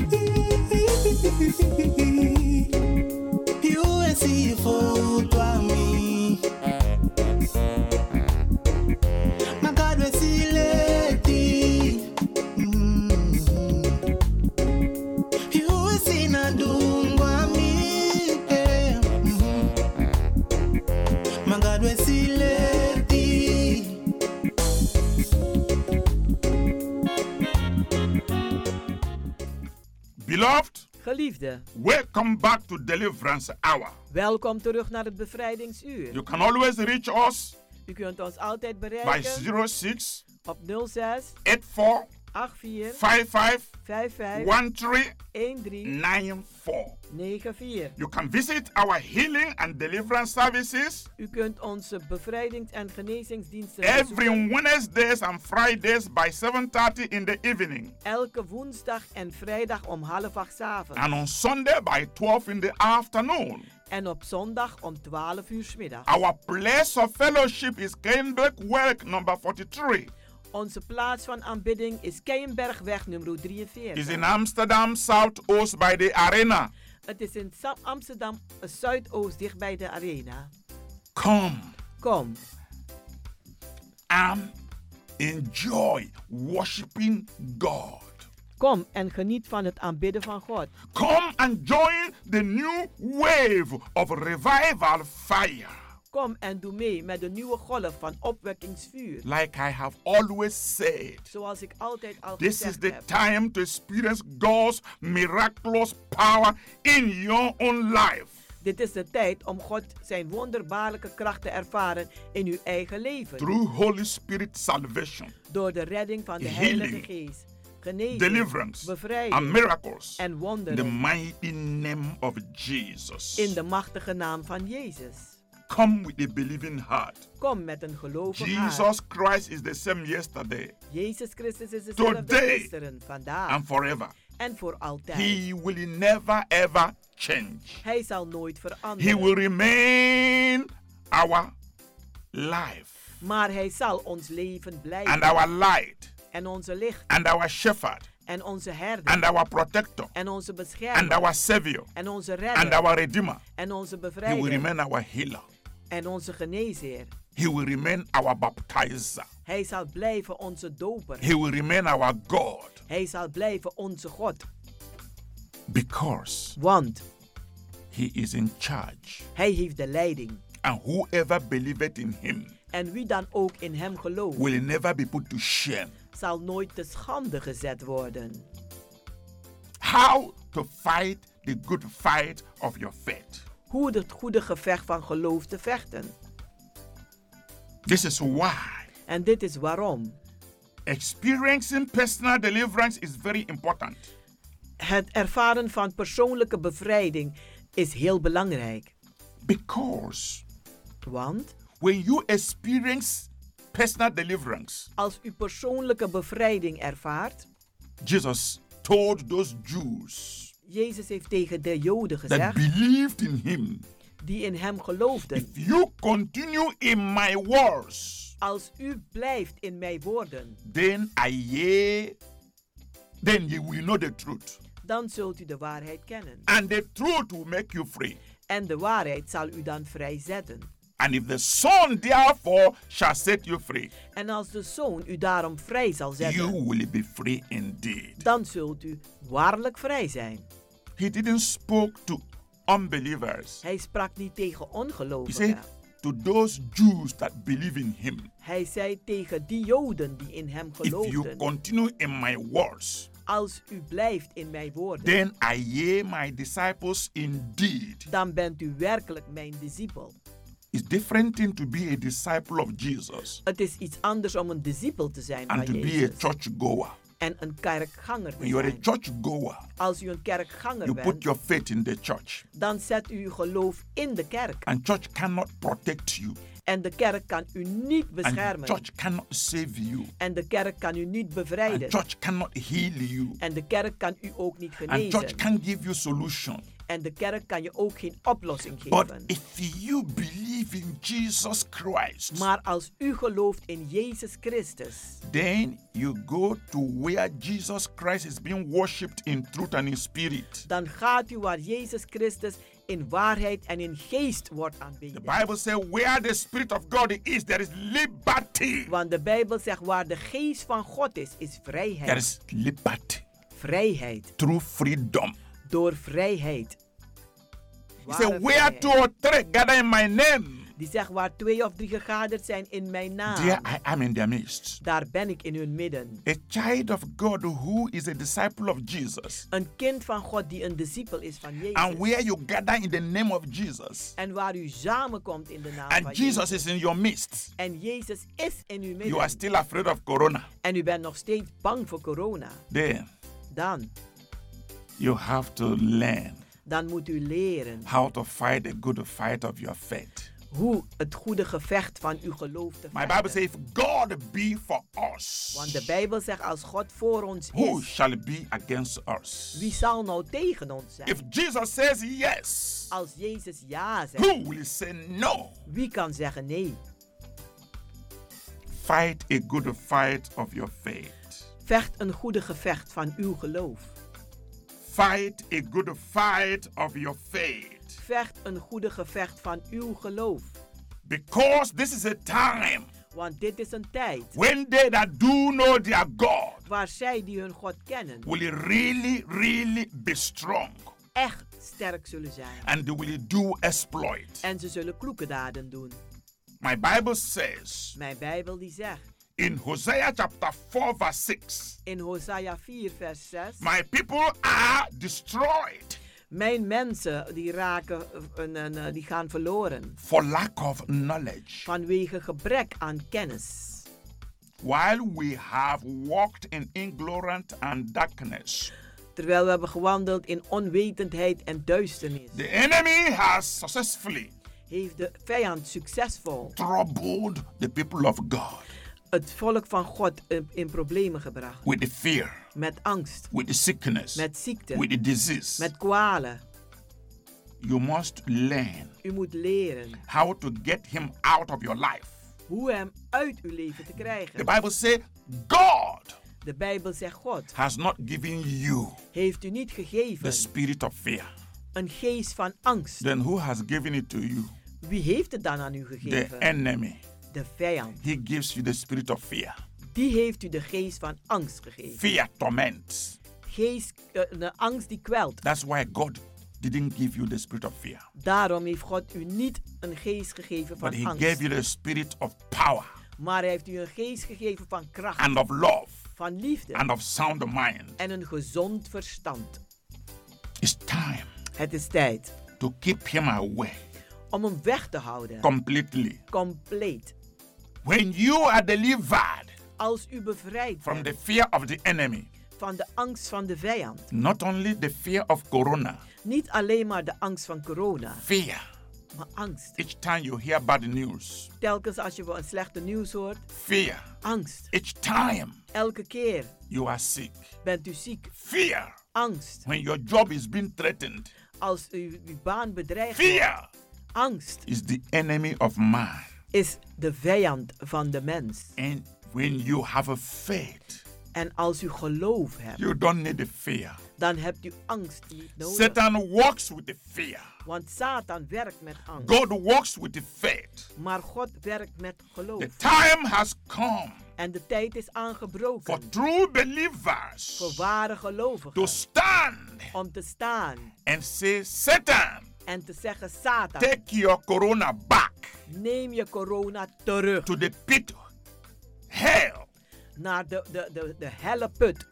You e si for toi mi. My God we si leti. Mm. You e si na dungwa mi. Eh. Mhm. My God we si leti. Beloved, Geliefde, welcome back to Deliverance Hour. welkom terug naar het bevrijdingsuur. You can always reach us U kunt ons altijd by bereiken zero six op nul zes eight four acht vier five five vijf vijf one three een drie nine four. negen vier. You can visit our healing and deliverance services U kunt onze bevrijdings- en genezingsdiensten every bezoeken Wednesdays and Fridays by seven thirty in the evening, elke woensdag en vrijdag om half acht 's avonds. and on Sunday by twelve in the afternoon. En op zondag om twaalf uur 's middags. Our place of fellowship is Kenberg Welk number forty-three. Onze plaats van aanbidding is Keienbergweg nummer drieënveertig. Is in Amsterdam Southoost by the Arena. Het is in Sa- Amsterdam eh, Zuidoost dicht bij de Arena. Come Kom and enjoy worshiping God. Kom en geniet van het aanbidden van God. Come and join the new wave of revival fire. Kom en doe mee met de nieuwe golf van opwekkingsvuur. Like I have always said, Zoals ik altijd al this is gezegd the heb. time to experience God's miraculous power in your own life. Dit is de tijd om God zijn wonderbaarlijke kracht te ervaren in uw eigen leven. Through Holy Spirit salvation, Door de redding van de healing, Heilige Geest. Genezing, deliverance, bevrijding and miracles. en In the wonderen. mighty name of Jesus. In de machtige naam van Jezus. Come with a believing heart. Kom met een gelovig Jesus hart. Christ is the same yesterday, Jezus Christus is dezelfde today, gisteren, vandaag and forever. en voor altijd. He will never ever change. Hij zal nooit He veranderen. will remain our life Maar hij zal ons leven blijven. and our light En onze licht. and our shepherd En onze herder. and our protector En onze and beschermer. our savior En onze and redder. our redeemer. En onze He will bevrijder. remain our healer. En onze geneesheer. He will remain our baptizer. Hij zal blijven onze doper. He will remain our God. Hij zal blijven onze God. Because Want he is in charge. hij heeft de leiding. And whoever believeth in him En wie dan ook in hem gelooft, will never be put to shame. zal nooit te schande gezet worden. How to fight the good fight of your faith. Hoe het goede gevecht van geloof te vechten. This is why. En dit is waarom. Experiencing personal deliverance is very important. Het ervaren van persoonlijke bevrijding is heel belangrijk. Because Want when you experience personal deliverance, als u persoonlijke bevrijding ervaart, Jesus told those Jews Jezus heeft tegen de Joden that gezegd, believed in him, die in hem geloofden, if you continue in my words, als u blijft in mijn woorden, then I ye, then you will know the truth. dan zult u de waarheid kennen. And the truth will make you free. En de waarheid zal u dan vrijzetten. And if the Son therefore shall set you free, En als de Zoon u daarom vrij zal zetten, you will be free indeed. dan zult u waarlijk vrij zijn. He didn't speak to unbelievers. Hij sprak niet tegen He ongelovigen. said to those Jews that believe in him, Hij zei tegen die Joden die in hem if you geloofden, continue in my words, als u blijft in mijn woorden, then I ye my disciples indeed. dan bent u werkelijk mijn discipel. It's different thing to be a disciple of Jesus Het is iets anders om een discipel te zijn van and to be a Jezus church goer. en een kerkganger te When you are a zijn. church goer, Als u een kerkganger you put bent, your faith in the church. dan zet u uw geloof in de kerk. And church cannot protect you. En de kerk kan u niet And beschermen. church cannot save you. En de kerk kan u niet bevrijden. And church cannot heal you. En de kerk kan u ook niet And church genezen. can't give you solution. En de kerk kan je ook geen oplossing But geven. if you believe in Jesus Christ, Maar als u gelooft in Jezus Christus, then you go to where Jesus Christ is being worshipped in truth and in spirit. dan gaat u waar Jezus Christus in waarheid en in geest wordt aanbeden. The Bible says, where the Spirit of God is, there is liberty. Want de Bijbel zegt, waar de geest van God is, is vrijheid. There is liberty. Vrijheid. Through freedom. Door vrijheid. He said, where two or three gather in my name, die zegt, waar twee of drie gegaderd zijn in mijn naam, there I am in their midst. daar ben ik in hun midden. A child of God who is a disciple of Jesus. Een kind van God die een discipel is van Jezus. And where you gather in the name of Jesus. En waar u samenkomt in de naam And van Jesus Jezus. is in your midst. En Jezus is in uw midden. You are still afraid of corona. En u bent nog steeds bang voor corona. Then Dan, you have to learn dan moet u leren how to fight the good fight of your faith. hoe het goede gevecht van uw geloof te My Bible vechten. says, if God be for us, Want de Bijbel zegt, als God voor ons who is, shall be against us? wie zal nou tegen ons zijn? If Jesus says yes, Als Jezus ja zegt, who will say no? wie kan zeggen nee? Fight a good fight of your faith. Vecht een goede gevecht van uw geloof. Fight a good fight of your faith. Vecht een goede gevecht van uw geloof. Because this is a time Want dit is een tijd when they that do know their God waar zij die hun God kennen will really, really be strong. echt sterk zullen zijn. And they will do exploit. En ze zullen kloeke daden doen. My Bible says Mijn Bijbel die zegt in Hosea chapter four verse six, in Hosea vier vers zes, my people are destroyed mijn mensen die raken, een, een, een, die gaan verloren for lack of knowledge. vanwege gebrek aan kennis. While we have walked in ignorance and darkness, Terwijl we hebben gewandeld in onwetendheid en duisternis, the enemy has successfully heeft de vijand succesvol troubled the people of God het volk van God in, in problemen gebracht. with the fear, Met angst, with the sickness, met ziekte, with the disease. met kwalen. You must learn U moet leren how to get him out of your life. hoe hem uit uw leven te The krijgen. Bible says God De Bijbel zegt, God has not given you heeft u niet the gegeven spirit of fear. een geest van angst. Then who has given it to you? Wie heeft het dan aan u The gegeven? enemy. de vijand. He gives you the spirit of fear. Die heeft u de geest van angst gegeven. Fear torments. Geest, uh, de angst die kwelt. That's why God didn't give you the spirit of fear. Daarom heeft God u niet een geest gegeven van But he angst. gave you the spirit of power. Maar hij heeft u een geest gegeven van kracht. And of love. Van liefde. And of sound mind. En een gezond verstand. It's time. Het is tijd. To keep him away. Om hem weg te houden. Completely. Compleet. When you are delivered. Als u bevrijd from bent. the fear of the enemy. Van de angst van de vijand. Not only the fear of corona. Niet alleen maar de angst van corona. Fear. Maar angst. Each time you hear bad news. Telkens als je een slechte nieuws hoort. Fear. Angst. Each time. Elke keer. You are sick. Bent u ziek. Fear. Angst. When your job is being threatened. Als u uw baan bedreigd Fear. wordt. Angst. Is the enemy of man. Is de vijand van de mens. And when you have a faith. En als u geloof hebt. You don't need the fear. Dan hebt u angst niet nodig. Satan works with the fear. Want Satan werkt met angst. God works with the faith. Maar God werkt met geloof. The time has come. En de tijd is aangebroken. For true believers. Voor ware gelovigen. To stand. Om te staan. And say, Satan. En te zeggen, Satan. Take your corona back. Neem je corona terug. To the pit. Hell. Naar de, de, de, de helle put.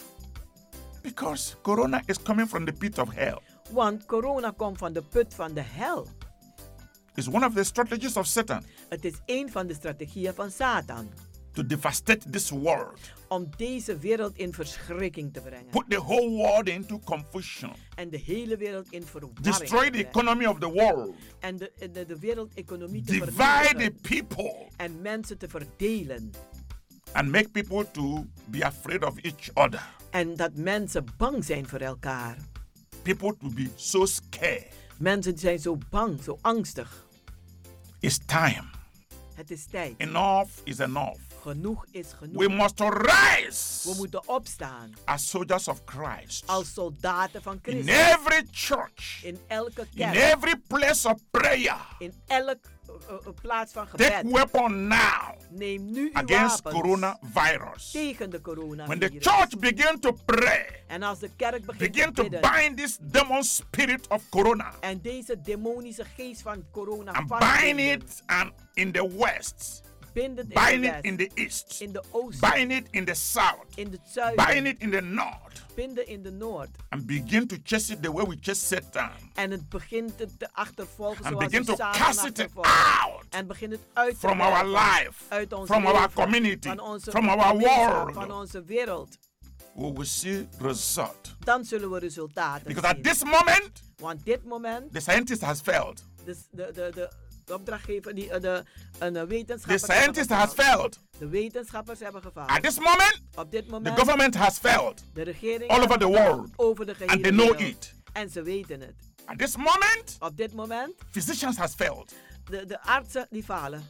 Because corona is coming from the pit of hell. Want corona komt van de put van de hel. It's one of the strategies of Satan. Het is een van de strategieën van Satan. To devastate this world. Om deze wereld in verschrikking te brengen. Put the whole world into confusion. En de hele wereld in verwarring. Destroy the economy of the world. En de, de, de wereldeconomie te Divide vernietigen. the people. En mensen te verdelen. And make people to be afraid of each other. En dat mensen bang zijn voor elkaar. People to be so scared. Mensen zijn zo bang, zo angstig. It's time. Het is tijd. Enough is enough. Genoeg is genoeg. We must rise. We moeten opstaan. As soldiers of Christ. Als soldaten van Christus. In every church. In elke kerk. In every place of prayer. In elk uh, uh, plaats van gebed. Take weapon now. Neem nu uw against wapens. Coronavirus. Tegen de coronavirus. When the church begin to pray. En als de kerk begint begin te to bidden. bind this demon spirit of corona. En deze demonische geest van corona and vastbinden. bind it and in the west. Bind het in bind de it west. in the east. In de oosten. Bind it in the south. In de zuiden. Bind it in the north. Binden in de noord. And begin to chase it the way we chase Satan. En het begint het te achtervolgen And zoals begin u to Satan cast it achtervolgt. out. En begin het uit te from our werpen. life. Uit onze From our leven. community. Van onze From our gemeenschap, world. Van onze wereld. We will see result. Dan zullen we resultaten Because zien. at this moment. Want dit moment. The scientist has failed. De, de, de, de, de opdrachtgever, die, de, een wetenschapper. The scientist has failed. De wetenschappers hebben gefaald. At this moment. Op dit moment. The government has failed. De regering. All over the world. Over de gehele And they know wereld. it. En ze weten het. At this moment. Op dit moment. Physicians has failed. De, de artsen die falen.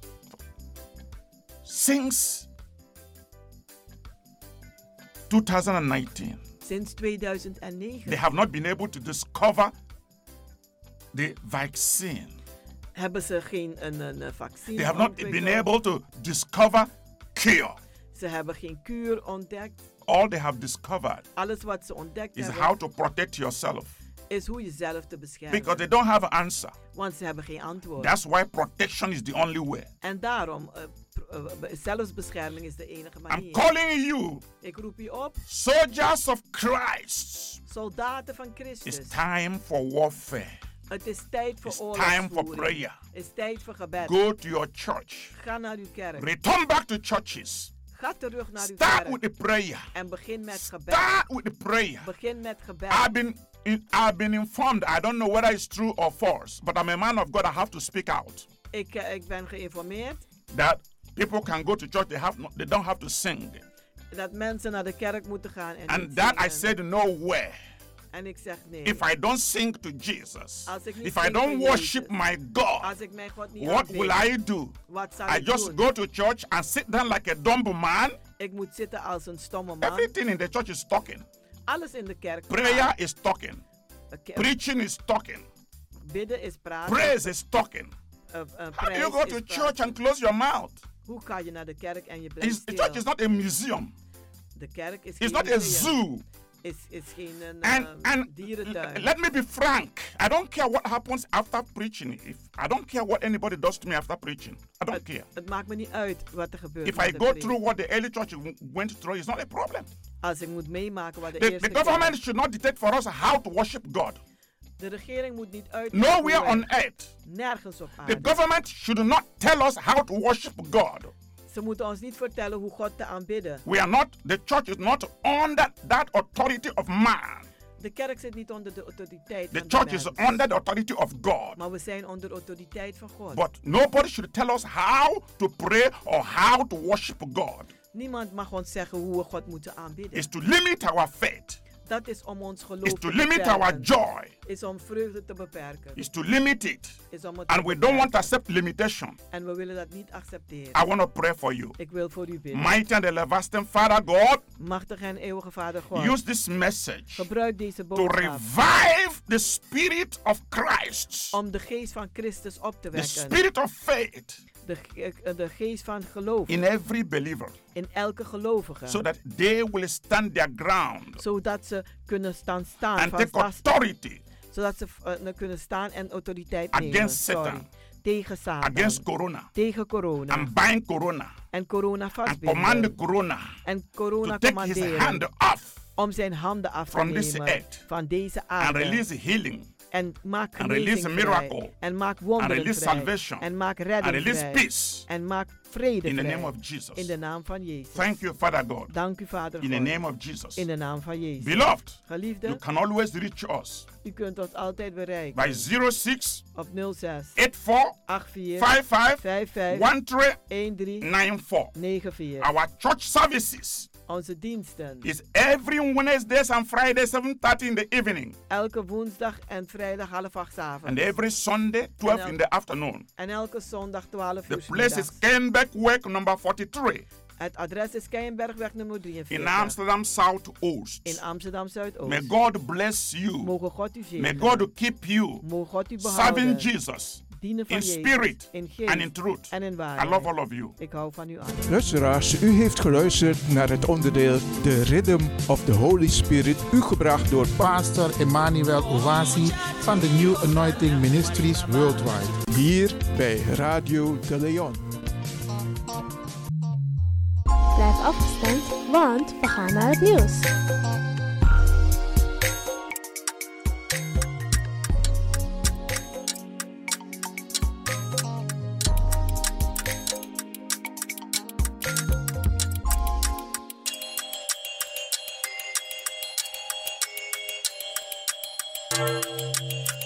Since twenty nineteen. Sinds tweeduizend negen. They have not been able to discover the vaccine. Hebben ze geen een, een vaccin They have not been able to discover cure. Ze hebben geen kuur ontdekt. All they have discovered Alles wat ze ontdekt is hebben how to protect yourself. Is hoe jezelf te beschermen. Because they don't have an answer. Want ze hebben geen antwoord. That's why protection is the only way. En daarom, uh, uh, zelfbescherming is de enige manier. I'm calling you. Ik roep je op. Soldiers of Christ. Soldaten van Christus. It's time for warfare. Het is tijd voor It's oorlogsvoering. time for prayer. Het is tijd voor gebed. Go to your church. Ga naar uw kerk. Return back to churches. Ga terug naar uw Start kerk. with the prayer. En begin met gebed. Start with the prayer. Begin met gebed. I've been in, I've been informed. I don't know whether it's true or false, but I'm a man of God. I have to speak out. Ik, uh, ik ben geïnformeerd. That people can go to church. They have no, they don't have to sing. Dat mensen naar de kerk moeten gaan en And niet that zingen. I said no way. En ik zeg nee. If I don't sing to Jesus, Als ik niet if I zing don't voor worship Jezus, my God, als ik mijn God niet what aanbid, will I do? Wat zal I ik just doen? go to church and sit down like a dumb man. Ik moet zitten als een stomme man. Everything in the church is talking. Alles in de kerk. Prayer is talking. Okay. Preaching is talking. Bidden is praten. Praise is talking. Uh, uh, How do you go to church and close your mouth? Hoe ga je naar de kerk en je blijft It's, the stil? church is not a museum. De kerk is It's geen not a museum. zoo. Is, is geen een, And, uh, and dierentuin. let me be frank. I don't care what happens after preaching. If I don't care what anybody does to me after preaching. I don't care. Het maakt me niet uit wat er gebeurt. If met I de go preek. through what the early church went through, it's not a problem. Als ik moet meemaken wat de The, eerste the government kerk- should not dictate for us how to worship God. De regering moet niet uit. Nowhere on earth. Nergens op The aarde. government should not tell us how to worship God. Ze moeten ons niet vertellen hoe God te aanbidden. We are not, the church is not under that authority of man. De kerk zit niet onder de autoriteit The van church de is mens. under the authority of God. Maar we zijn onder de autoriteit van God. But nobody should tell us how to pray or how to worship God. Niemand mag ons zeggen hoe we God moeten aanbidden. It's to limit our faith. Dat is om ons geloof It's te to limit beperken. our joy. Is om vreugde te beperken. Is to limit it. Is om het And te we don't want to beperken. accept limitation. En we willen dat niet accepteren. I want to pray for you. Ik wil voor u bidden. Mighty and everlasting Father God, Machtige en eeuwige Vader God. use this message Gebruik deze to boodschap revive the spirit of Christ, om de geest van Christus op te the wekken. spirit of faith De, ge- de geest van geloof in every believer, in elke gelovige. so that they will stand their ground Zodat ze kunnen staan staan and van take vast- authority zodat ze uh, kunnen staan en autoriteit nemen. against Sorry. Satan, Tegen Satan. against corona, Tegen corona. and bind corona, En corona and vastbinden. command corona En corona to take his commanderen. hand off Om zijn handen af te from this nemen earth van deze and aarde. release healing En maak and release genezing a vrij. miracle En maak and wonderen release vrij. salvation En maak and redding release vrij. peace En maak vrede in the vrij. name of Jesus. In de naam van Jezus. Thank you, Father God. Dank u, Vader In the God. name of Jesus. In de naam van Jezus. Beloved, Geliefde, you can always reach us u kunt ons altijd bereiken. by zero six Op nul zes eight four acht vier five five vijf vijf one three een drie nine four. negen vier. Our church services Onze diensten. is every Wednesdays and Friday seven thirty in the evening Elke woensdag en vrijdag half acht 's avonds. and every Sunday twelve el- in the afternoon. En elke zondag twaalf The uur 's place is middags. Kenbeck Work number forty-three Het adres is Keienbergweg nummer in drieënveertig. Amsterdam Southoost. In Amsterdam Zuidoost. May God bless you. Mogen God u May zegenen. God keep you Mogen God u serving behouden. Jesus Dienen van in Jezus. spirit In geest. and in truth. En in I waarheid. love all of you. Ik hou van u aan. Luisteraars, u heeft geluisterd naar het onderdeel The Rhythm of the Holy Spirit, u gebracht door Pastor Emmanuel Owasi van de New Anointing Ministries Worldwide. hier bij Radio de Leon. Blijf afgestemd, want we gaan naar het nieuws. Thank you.